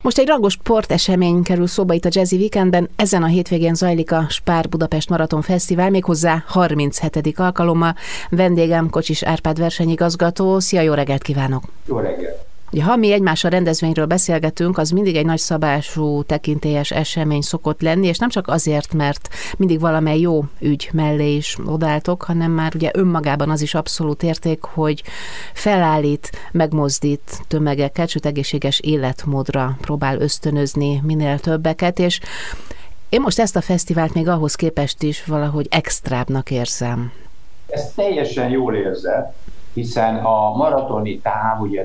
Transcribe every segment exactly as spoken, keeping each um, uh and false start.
Most egy rangos sportesemény kerül szóba itt a Jazzy Weekendben. Ezen a hétvégén zajlik a Spár Budapest Maraton Fesztivál, méghozzá harminchetedik alkalommal. Vendégem Kocsis Árpád versenyigazgató. Szia, jó reggelt kívánok! Jó reggelt! Ugye, ha mi egymással rendezvényről beszélgetünk, az mindig egy nagyszabású, tekintélyes esemény szokott lenni, és nem csak azért, mert mindig valamely jó ügy mellé is odálltok, hanem már ugye önmagában az is abszolút érték, hogy felállít, megmozdít tömegeket, sőt egészséges életmódra próbál ösztönözni minél többeket, és én most ezt a fesztivált még ahhoz képest is valahogy extrábbnak érzem. Ezt teljesen jól érzed, hiszen a maratoni táv ugye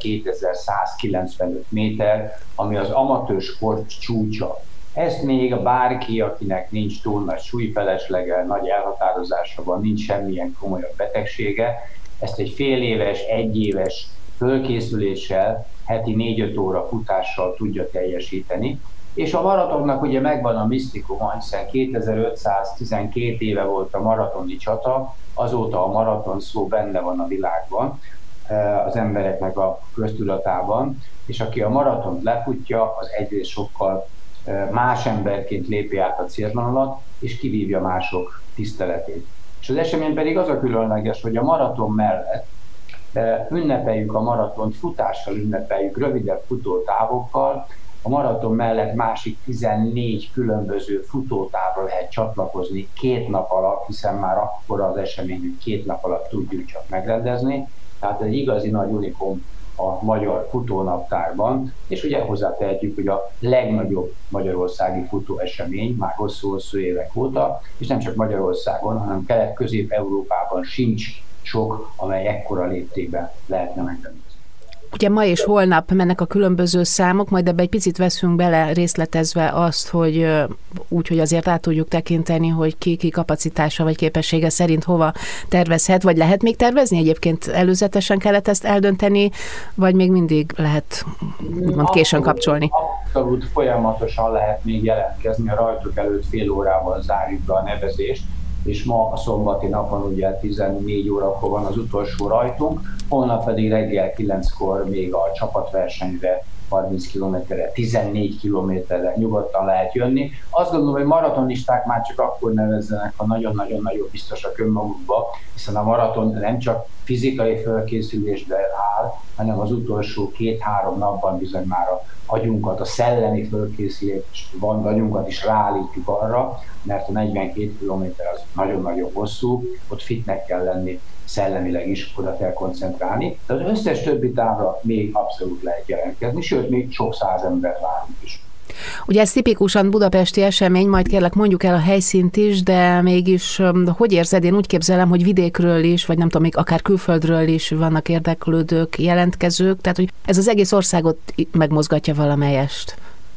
negyvenkétezer-százkilencvenöt méter, ami az amatőr sport csúcsa. Ezt még bárki, akinek nincs túl nagy súlyfeleslege, nagy elhatározása van, nincs semmilyen komolyabb betegsége, ezt egy fél éves, egyéves fölkészüléssel, heti négy-öt óra futással tudja teljesíteni. És a maratonnak ugye megvan a misztikuma, hiszen kétezer-ötszáztizenkét éve volt a maratoni csata, azóta a maraton szó benne van a világban, az embereknek a köztudatában, és aki a maratont lefutja, az egyrészt sokkal más emberként lépi át a célvonalat, és kivívja mások tiszteletét. És az esemény pedig az a különleges, hogy a maraton mellett ünnepeljük a maratont, futással ünnepeljük, rövidebb futótávokkal. A maraton mellett másik tizennégy különböző futótávra lehet csatlakozni két nap alatt, hiszen már akkor az esemény, hogy két nap alatt tudjuk csak megrendezni. Tehát egy igazi nagy unikum a magyar futónaptárban, és ugye hozzátehetjük, hogy a legnagyobb magyarországi futóesemény már hosszú-hosszú évek óta, és nem csak Magyarországon, hanem Kelet-Közép-Európában sincs sok, amely ekkora léptékben lehetne megrendezni. Ugye ma és holnap mennek a különböző számok, majd ebbe egy picit veszünk bele részletezve azt, hogy úgy, hogy azért át tudjuk tekinteni, hogy ki, ki kapacitása vagy képessége szerint hova tervezhet, vagy lehet még tervezni? Egyébként előzetesen kellett ezt eldönteni, vagy még mindig lehet úgymond későn kapcsolni? Abszolút folyamatosan lehet még jelentkezni, a rajtok előtt fél órával zárjuk be a nevezést, és ma a szombati napon ugye tizennégy órakor van az utolsó rajtunk, holnap pedig reggel kilenckor még a csapatversenyre harminc kilométerre, tizennégy kilométerre nyugodtan lehet jönni. Azt gondolom, hogy maratonisták már csak akkor nevezzenek, ha nagyon-nagyon-nagyon biztosak önmagukba, hiszen a maraton nem csak fizikai felkészülésbe áll, hanem az utolsó két-három napban bizony már a agyunkat, a szellemi fölkészülést van, agyunkat is ráállítjuk arra, mert a negyvenkét kilométer az nagyon-nagyon hosszú, ott fitnek kell lenni, szellemileg is oda kell koncentrálni. De az összes többi távra még abszolút lehet jelentkezni, sőt, még sok száz embert várunk is. Ugye ez tipikusan budapesti esemény, majd kérlek mondjuk el a helyszínt is, de mégis hogy érzed? Én úgy képzelem, hogy vidékről is, vagy nem tudom, még akár külföldről is vannak érdeklődők, jelentkezők, tehát hogy ez az egész országot megmozgatja valamelyest.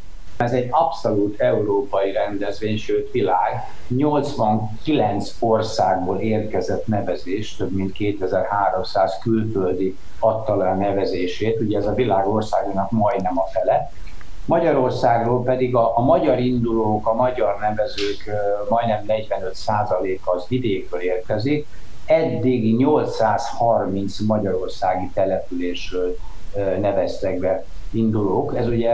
Ez egy abszolút európai rendezvény, sőt világ. nyolcvankilenc országból érkezett nevezés, több mint kétezer-háromszáz külföldi adta le a nevezését, ugye ez a világ országának majdnem a fele. Magyarországról pedig a, a magyar indulók, a magyar nevezők majdnem negyvenöt százaléka az vidékről érkezik. Eddig nyolcszázharminc magyarországi településről neveztek be indulók. Ez ugye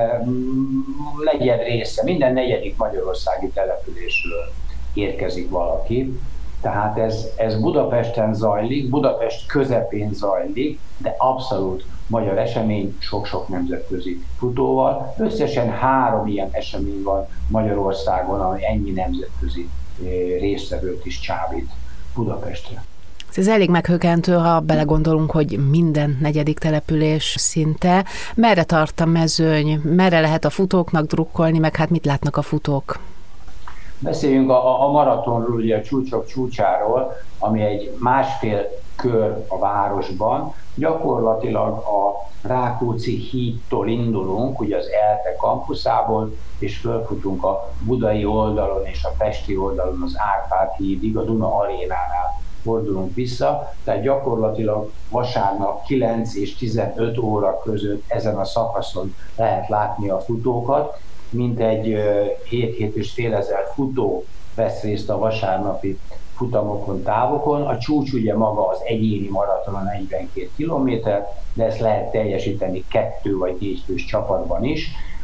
negyed része, minden negyedik magyarországi településről érkezik valaki. Tehát ez, ez Budapesten zajlik, Budapest közepén zajlik, de abszolút magyar esemény, sok-sok nemzetközi futóval. Összesen három ilyen esemény van Magyarországon, ami ennyi nemzetközi résztvevőt is csábít Budapestre. Ez elég meghökkentő, ha belegondolunk, hogy minden negyedik település szinte. Merre tart a mezőny, merre lehet a futóknak drukkolni, meg hát mit látnak a futók? Beszéljünk a, a maratonról, ugye a csúcsok csúcsáról, ami egy másfél kör a városban. Gyakorlatilag a Rákóczi hídtól indulunk, ugye az ELTE kampuszából, és fölfutunk a budai oldalon és a pesti oldalon az Árpád hídig, a Duna arénánál fordulunk vissza, tehát gyakorlatilag vasárnap kilenc és tizenöt óra között ezen a szakaszon lehet látni a futókat. Mintegy hét-hét és fél ezer futó vesz részt a vasárnapi futamokon, távokon. A csúcs ugye maga az egyéni maraton a negyvenkét kilométer, de ezt lehet teljesíteni kettő vagy négy fős csapatban is.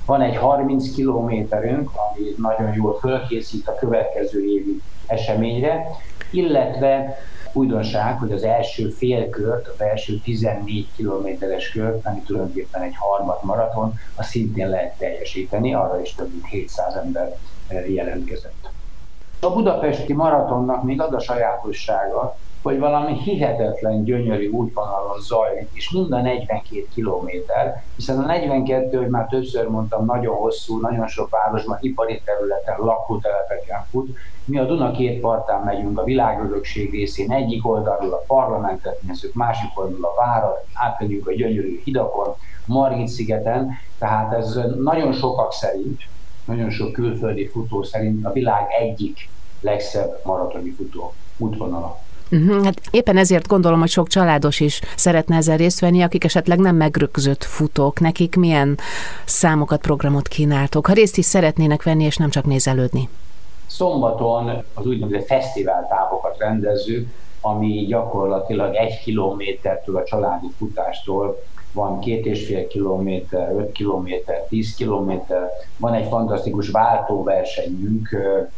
Van egy harminc kilométerünk, ami nagyon jól fölkészít a következő évi eseményre, illetve újdonság, hogy az első félkört, az első tizennégy kilométeres kört, ami tulajdonképpen egy harmad maraton, azt szintén lehet teljesíteni, arra is több mint hétszáz ember jelentkezett. A budapesti maratonnak még az a sajátossága, hogy valami hihetetlen gyönyörű útvonalon zajlik, és mind a negyvenkét kilométer, hiszen a negyvenkettő, hogy már többször mondtam, nagyon hosszú, nagyon sok városban, ipari területen, lakótelepeken fut. Mi a Duna két partán megyünk, a világörökség részén, egyik oldalról a parlamentet nézzük, másik oldalról a várat, átmegyünk a gyönyörű hidakon, Margit-szigeten, tehát ez nagyon sokak szerint, nagyon sok külföldi futó szerint a világ egyik legszebb maratoni futó útvonala. Uh-huh. Hát éppen ezért gondolom, hogy sok családos is szeretne ezzel részt venni, akik esetleg nem megrögzött futók. Nekik milyen számokat, programot kínáltok, ha részt is szeretnének venni, és nem csak nézelődni? Szombaton az úgynevezett fesztiváltávokat rendezzük, ami gyakorlatilag egy kilométertől a családi futástól van két és fél kilométer, öt kilométer, tíz kilométer. Van egy fantasztikus váltóversenyünk,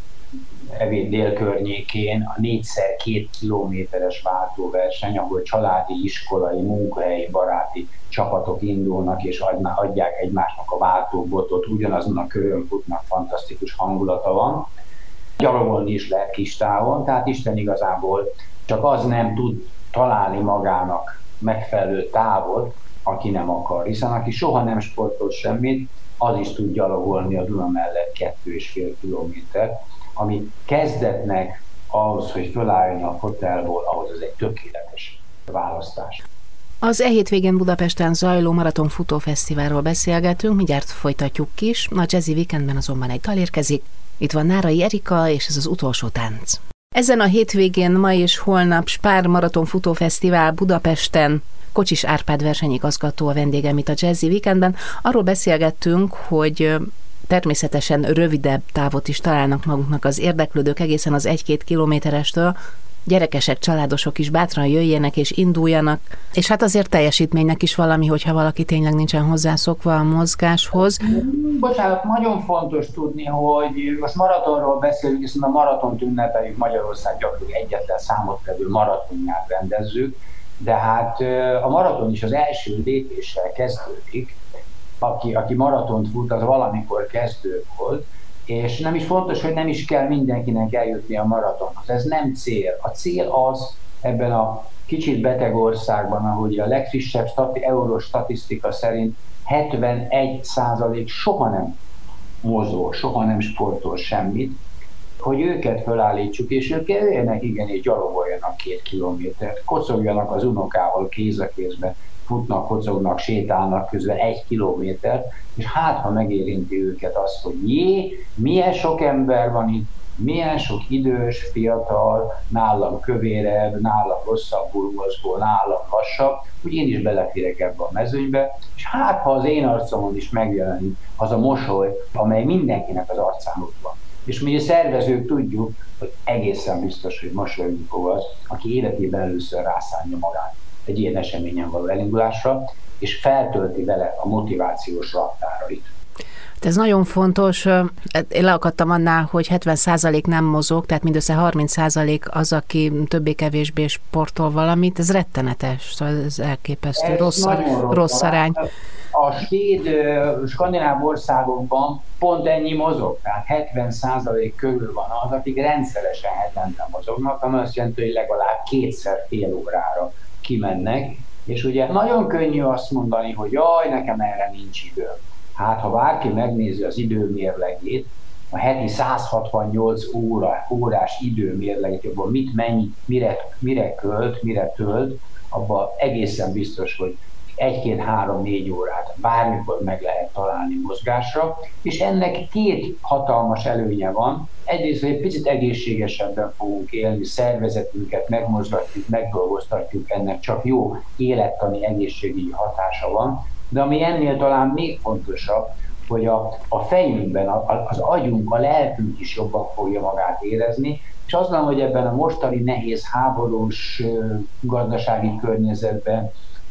Evéd dél környékén, a négyszer két kilométeres váltóverseny, ahol családi, iskolai, munkahelyi, baráti csapatok indulnak és adják egymásnak a váltóbotot, ugyanazon a körön futnak, fantasztikus hangulata van. Gyalogolni is lehet kis távon, tehát Isten igazából csak az nem tud találni magának megfelelő távot, aki nem akar, hiszen aki soha nem sportol semmit, az is tud gyalogolni a Duna mellett kettő és fél kilométer, ami kezdetnek ahhoz, hogy fölálljon a fotelból, ahhoz az egy tökéletes választás. Az e hétvégén Budapesten zajló Maraton Futófesztiválról beszélgetünk, mindjárt folytatjuk is, a Jazzy Weekendben azonban egy dal érkezik. Itt van Nárai Erika, és ez az utolsó tánc. Ezen a hétvégén ma és holnap Spár Maraton Futófesztivál Budapesten. Kocsis Árpád versenyigazgató a vendégem itt a Jazzy Weekendben. Arról beszélgettünk, hogy természetesen rövidebb távot is találnak maguknak az érdeklődők egészen az egy-két kilométerestől. Gyerekesek, családosok is bátran jöjjenek és induljanak, és hát azért teljesítménynek is valami, hogyha valaki tényleg nincsen hozzászokva a mozgáshoz. Bocsánat, nagyon fontos tudni, hogy most maratonról beszélünk, hiszen a maratont ünnepeljük, Magyarország gyakorlatilag egyetlen számottevő maratonját rendezzük, de hát a maraton is az első lépéssel kezdődik. Aki, aki maratont fut, az valamikor kezdő volt, és nem is fontos, hogy nem is kell mindenkinek eljutni a maratonhoz. Ez nem cél. A cél az ebben a kicsit beteg országban, ahogy a legfrissebb stati, eurós statisztika szerint hetvenegy százalék soha nem mozog, soha nem sportol semmit, hogy őket felállítsuk, és ők jöjjenek igenis gyalogoljanak két kilométert, kocogjanak az unokával kéz a kézbe, futnak, kocognak, sétálnak közben egy kilométert, és hát, ha megérinti őket azt, hogy jé, milyen sok ember van itt, milyen sok idős, fiatal, nálam kövérebb, nálam rosszabbul mozgó, nálam lassabb, hogy én is beleférek ebbe a mezőnybe, és hát, ha az én arcomon is megjelenik az a mosoly, amely mindenkinek az arcán ott van. És mi a szervezők tudjuk, hogy egészen biztos, hogy mosolyogni fog az, aki életében először rászánja magát egy ilyen eseményen való elindulásra, és feltölti vele a motivációs raktárait. Ez nagyon fontos. Én leakadtam annál, hogy hetven százalék nem mozog, tehát mindössze harminc százalék az, aki többé-kevésbé sportol valamit. Ez rettenetes, szóval ez elképesztő, ez rossz, rossz, rossz arány. A svéd, skandináv országokban pont ennyi mozog, tehát hetven százalék körül van az, akik rendszeresen hetente mozognak, ami azt jelenti, hogy legalább kétszer fél órára kimennek, és ugye nagyon könnyű azt mondani, hogy jaj, nekem erre nincs idő. Hát, ha bárki megnézi az időmérlegét, a heti száz hatvannyolc óra, órás időmérlegét, abban mit mennyi, mire, mire költ, mire tölt, abban egészen biztos, hogy egy-két-három-négy órát bármikor meg lehet találni mozgásra, és ennek két hatalmas előnye van. Egyrészt, hogy egy picit egészségesebben fogunk élni, szervezetünket megmozgatjuk, megdolgoztatjuk, ennek csak jó élettani egészségügyi hatása van, de ami ennél talán még fontosabb, hogy a, a fejünkben, a, az agyunk, a lelkünk is jobban fogja magát érezni, és azt gondolom, hogy ebben a mostani nehéz háborús gazdasági környezetben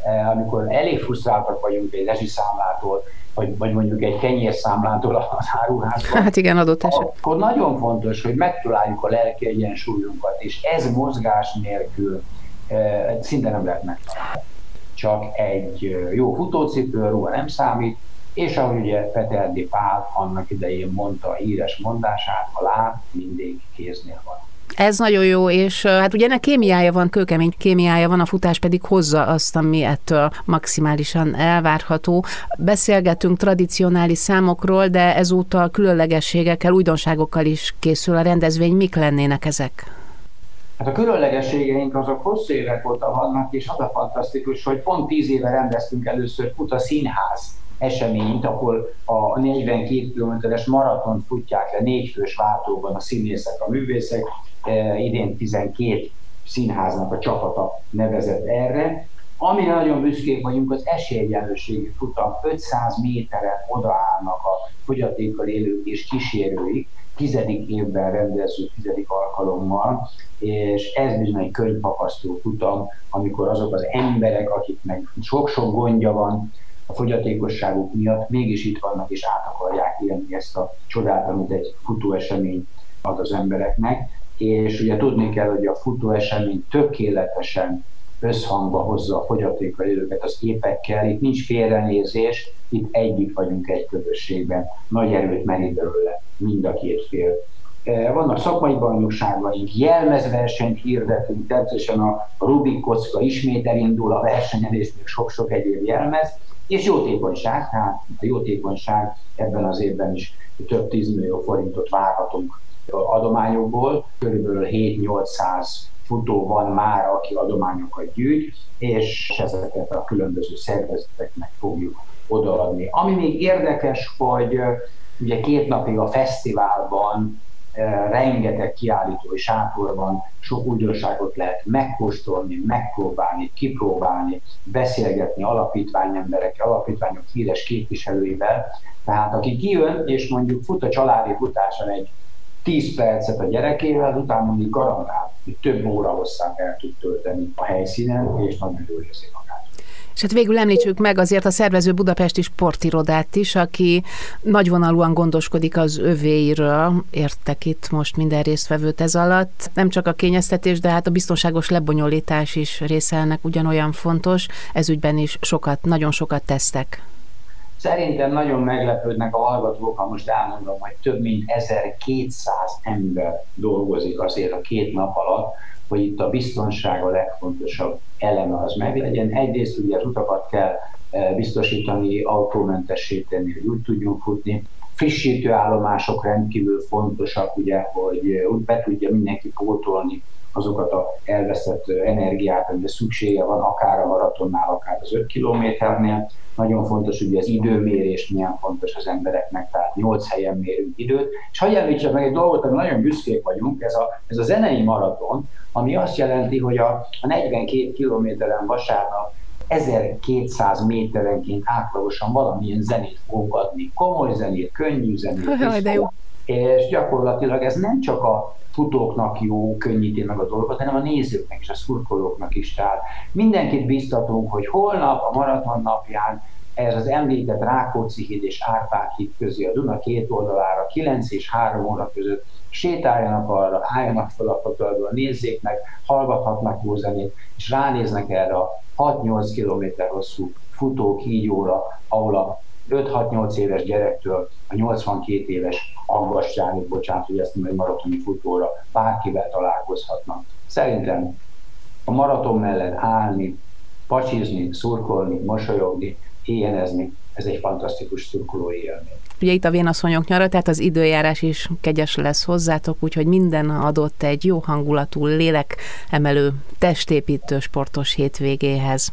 amikor elég frusztráltak vagyunk egy rezsiszámlától, vagy, vagy mondjuk egy kenyérszámlától az áruházban. Hát igen, adott eset. Akkor nagyon fontos, hogy megtaláljuk a lelki egyensúlyunkat, és ez mozgás nélkül e, szinte nem lehet megtalálni. Csak egy jó futócipő, ruha nem számít, és ahogy ugye Peterdi Pál annak idején mondta a híres mondását, a láb mindig kéznél van. Ez nagyon jó, és hát ugye ennek kémiája van, kőkemény kémiája van, a futás pedig hozza azt, ami ettől maximálisan elvárható. Beszélgetünk tradicionális számokról, de ezúttal különlegességekkel, újdonságokkal is készül a rendezvény. Mik lennének ezek? Hát a különlegességeink azok hosszú évek óta vannak, és az a fantasztikus, hogy pont tíz éve rendeztünk először Futa Színház eseményt, ahol a negyvenkét kilométeres maratont futják le négyfős váltóban a színészek, a művészek. E, idén tizenkét színháznak a csapata nevezett erre. Amire nagyon büszkék vagyunk, az esélyegyenlőségi futam. ötszáz méteren odaállnak a fogyatékkal élők és kísérőik, tizedik évben rendezzük, tizedik alkalommal, és ez bizony egy könyvpakasztó futam, amikor azok az emberek, akiknek sok-sok gondja van a fogyatékosságuk miatt, mégis itt vannak és át akarják élni ezt a csodát, amit egy futóesemény ad az embereknek. És ugye tudni kell, hogy a futóesemény tökéletesen összhangba hozza a fogyatékkal élőket az épekkel, itt nincs félrenézés, itt együtt vagyunk egy közösségben, nagy erőt merít belőle mind a két fél. Vannak szakmai bajnokságaink, jelmezversenyt hirdetünk, természetesen a Rubik kocka ismét elindul, a versenyen és még sok-sok egyéb jelmez, és jótékonyság, tehát a jótékonyság ebben az évben is több tízmillió forintot várhatunk adományokból, körülbelül hét-nyolcszáz futó van már, aki adományokat gyűjt, és ezeket a különböző szervezeteknek fogjuk odaadni. Ami még érdekes, hogy ugye két napig a fesztiválban rengeteg kiállítói sátorban sok újdonságot lehet megkóstolni, megpróbálni, kipróbálni, beszélgetni alapítványemberekkel, alapítványok híres képviselőivel. Tehát aki kijön és mondjuk fut a családi futáson egy tíz percet a gyerekével, utána mondjuk garantált, hogy több óra hosszán el tud tölteni a helyszínen, és nagyon jól érzi magát. És hát végül említsük meg azért a szervező Budapesti Sportirodát is, aki nagyvonalúan gondoskodik az övéiről. Értek itt most minden résztvevőt ez alatt. Nem csak a kényeztetés, de hát a biztonságos lebonyolítás is része ennek ugyanolyan fontos. Ez ügyben is sokat, nagyon sokat tesztek. Szerintem nagyon meglepődnek a hallgatók, ha most elmondom, hogy több mint ezerkétszáz ember dolgozik azért a két nap alatt, hogy itt a biztonság a legfontosabb eleme az meglegyen. Egyrészt ugye az utakat kell biztosítani, autómentessé tenni, hogy úgy tudjunk futni. Frissítőállomások rendkívül fontosak, ugye, hogy be tudja mindenki pótolni azokat az elveszett energiát, amire szüksége van, akár a maratonnál, akár az öt kilométernél. Nagyon fontos, hogy az időmérés milyen fontos az embereknek, tehát nyolc helyen mérünk időt. És hagyj említsek meg egy dolgot, ami nagyon büszkék vagyunk, ez a, ez a zenei maraton, ami azt jelenti, hogy a, a negyvenkét kilométeren vasárnap ezerkétszáz méterenként átlagosan valamilyen zenét fogunk adni. Komoly zenét, könnyű zenét. Jaj, de jó. És gyakorlatilag ez nem csak a futóknak jó, könnyíti meg a dolgot, hanem a nézőknek és a szurkolóknak is. Tehát mindenkit biztatunk, hogy holnap a maraton napján ez az említett Rákóczi híd és Árpád híd közé a Duna két oldalára kilenc és három óra között sétáljanak arra, álljanak fel a fotelből, nézzék meg, hallgathatnak jó zenét, és ránéznek erre a hat-nyolc kilométer hosszú futókígyóra, ahol a öt-hat-nyolc éves gyerektől a nyolcvankét éves aggassánig, bocsánat, hogy ezt egy maratoni futóra bárkivel találkozhatnak. Szerintem a maraton mellett állni, pacsizni, szurkolni, mosolyogni, éjjenezni, ez egy fantasztikus szurkolói élmény. Ugye itt a vénasszonyok nyara, tehát az időjárás is kegyes lesz hozzátok, úgyhogy minden adott egy jó hangulatú, lélekemelő, testépítő sportos hétvégéhez.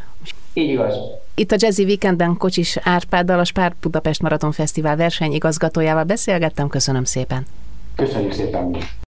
Így igaz. Itt a Jazzy Weekendben Kocsis Árpáddal, a Spár Budapest Maraton Fesztivál versenyigazgatójával beszélgettem. Köszönöm szépen. Köszönjük szépen.